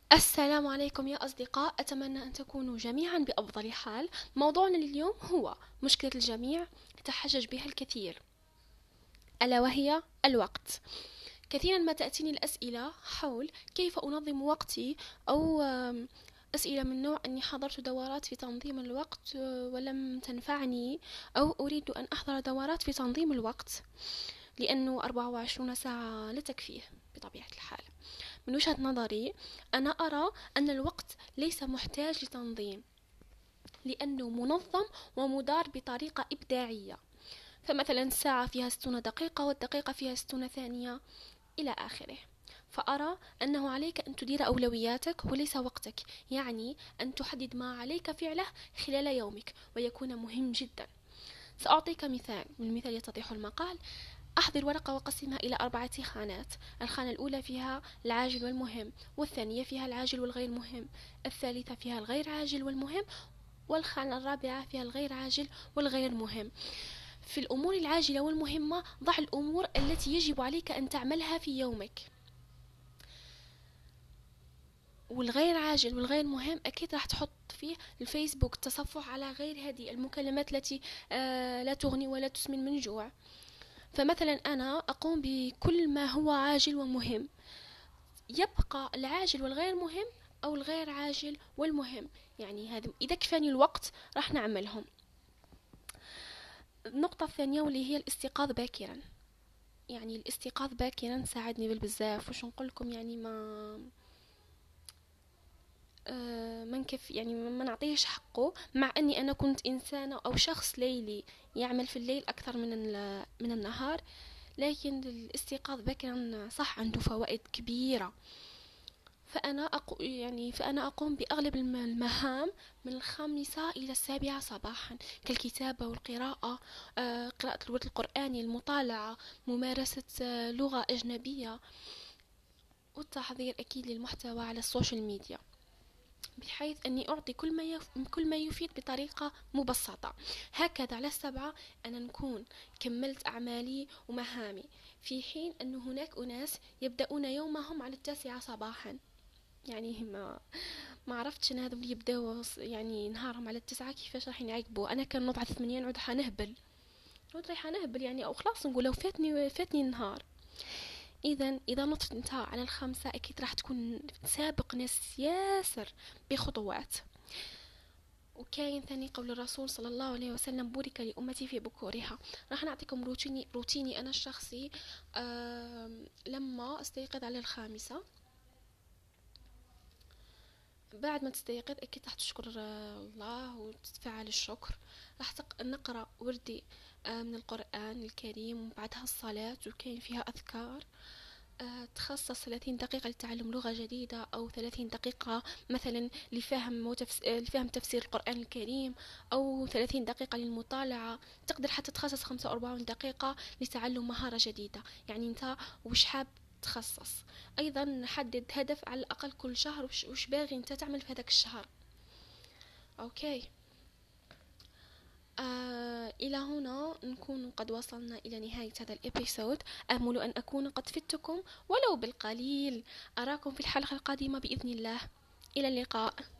السلام عليكم يا أصدقاء، أتمنى أن تكونوا جميعا بأفضل حال. موضوعنا لليوم هو مشكلة الجميع يتحجج بها الكثير، ألا وهي الوقت. كثيرا ما تأتيني الأسئلة حول كيف أنظم وقتي، أو أسئلة من نوع أني حضرت دورات في تنظيم الوقت ولم تنفعني، أو أريد أن أحضر دورات في تنظيم الوقت لأنه 24 ساعة لا تكفيه بطبيعة الحال. من وجهة نظري أنا أرى أن الوقت ليس محتاج لتنظيم، لأنه منظم ومدار بطريقة إبداعية. فمثلا الساعة فيها 60 دقيقة، والدقيقة فيها 60 ثانية، إلى آخره. فأرى أنه عليك أن تدير أولوياتك وليس وقتك، يعني أن تحدد ما عليك فعله خلال يومك ويكون مهم جدا. سأعطيك مثال، من المثال يتضح المقال. أحضر ورقة وقسمها إلى 4 خانات. الخانة الأولى فيها العاجل والمهم، والثانية فيها العاجل والغير مهم، الثالثة فيها الغير عاجل والمهم، والخانة الرابعة فيها الغير عاجل والغير مهم. في الأمور العاجلة والمهمة ضع الأمور التي يجب عليك أن تعملها في يومك، والغير عاجل والغير مهم أكيد راح تحط فيه الفيسبوك، التصفح على غير هذه المكالمات التي لا تغني ولا تسمن من جوع. فمثلا أنا أقوم بكل ما هو عاجل ومهم، يبقى العاجل والغير مهم أو الغير عاجل والمهم، يعني هذا إذا كفاني الوقت راح نعملهم. النقطة الثانية واللي هي الاستيقاظ باكرا. يعني الاستيقاظ باكرا ساعدني بالبزاف، وش نقولكم، يعني ما نكف، يعني ما نعطيهش حقه، مع اني انا كنت انسانة او شخص ليلي يعمل في الليل اكثر من النهار. لكن الاستيقاظ بكرا صح عنده فوائد كبيرة. فأنا أقوم بأغلب المهام من 5 إلى 7 صباحا، كالكتابة والقراءة، قراءة الورد القرآني، المطالعة، ممارسة لغة أجنبية، والتحضير أكيد للمحتوى على السوشيال ميديا، بحيث أني أعطي كل ما يفيد بطريقة مبسطة. هكذا على 7 أنا نكون كملت أعمالي ومهامي، في حين أن هناك أناس يبدأون يومهم على 9 صباحا. يعني ما عرفتش انا هذا اللي يبداو يعني نهارهم على 9 كيفاش راح يعقبوا. انا كان نوض على 8 نعود حنهبل، نعود رايحة نهبل يعني، او خلاص نقول لو فاتني النهار. اذا نطت انت على ال5 اكيد راح تكون سابق ناس ياسر بخطوات. وكاين ثاني قول الرسول صلى الله عليه وسلم: بورك لأمتي في بكورها. راح نعطيكم روتيني أنا الشخصي. لما استيقظ على ال5، بعد ما تستيقظ أكيد راح تشكر الله وتتفعل الشكر. راح نقرأ وردي من القرآن الكريم، وبعدها الصلاة وكاين فيها أذكار. تخصص 30 دقيقة لتعلم لغة جديدة، أو 30 دقيقة مثلا لفهم تفسير القرآن الكريم، أو 30 دقيقة للمطالعة. تقدر حتى تخصص 45 دقيقة لتعلم مهارة جديدة. يعني انت وش حاب تخصص. أيضا نحدد هدف على الأقل كل شهر، وش باغي انت تعمل في هذاك الشهر. أوكي. إلى هنا نكون قد وصلنا إلى نهاية هذا الإبيسود. آمل أن أكون قد فدتكم ولو بالقليل. أراكم في الحلقة القادمة بإذن الله. إلى اللقاء.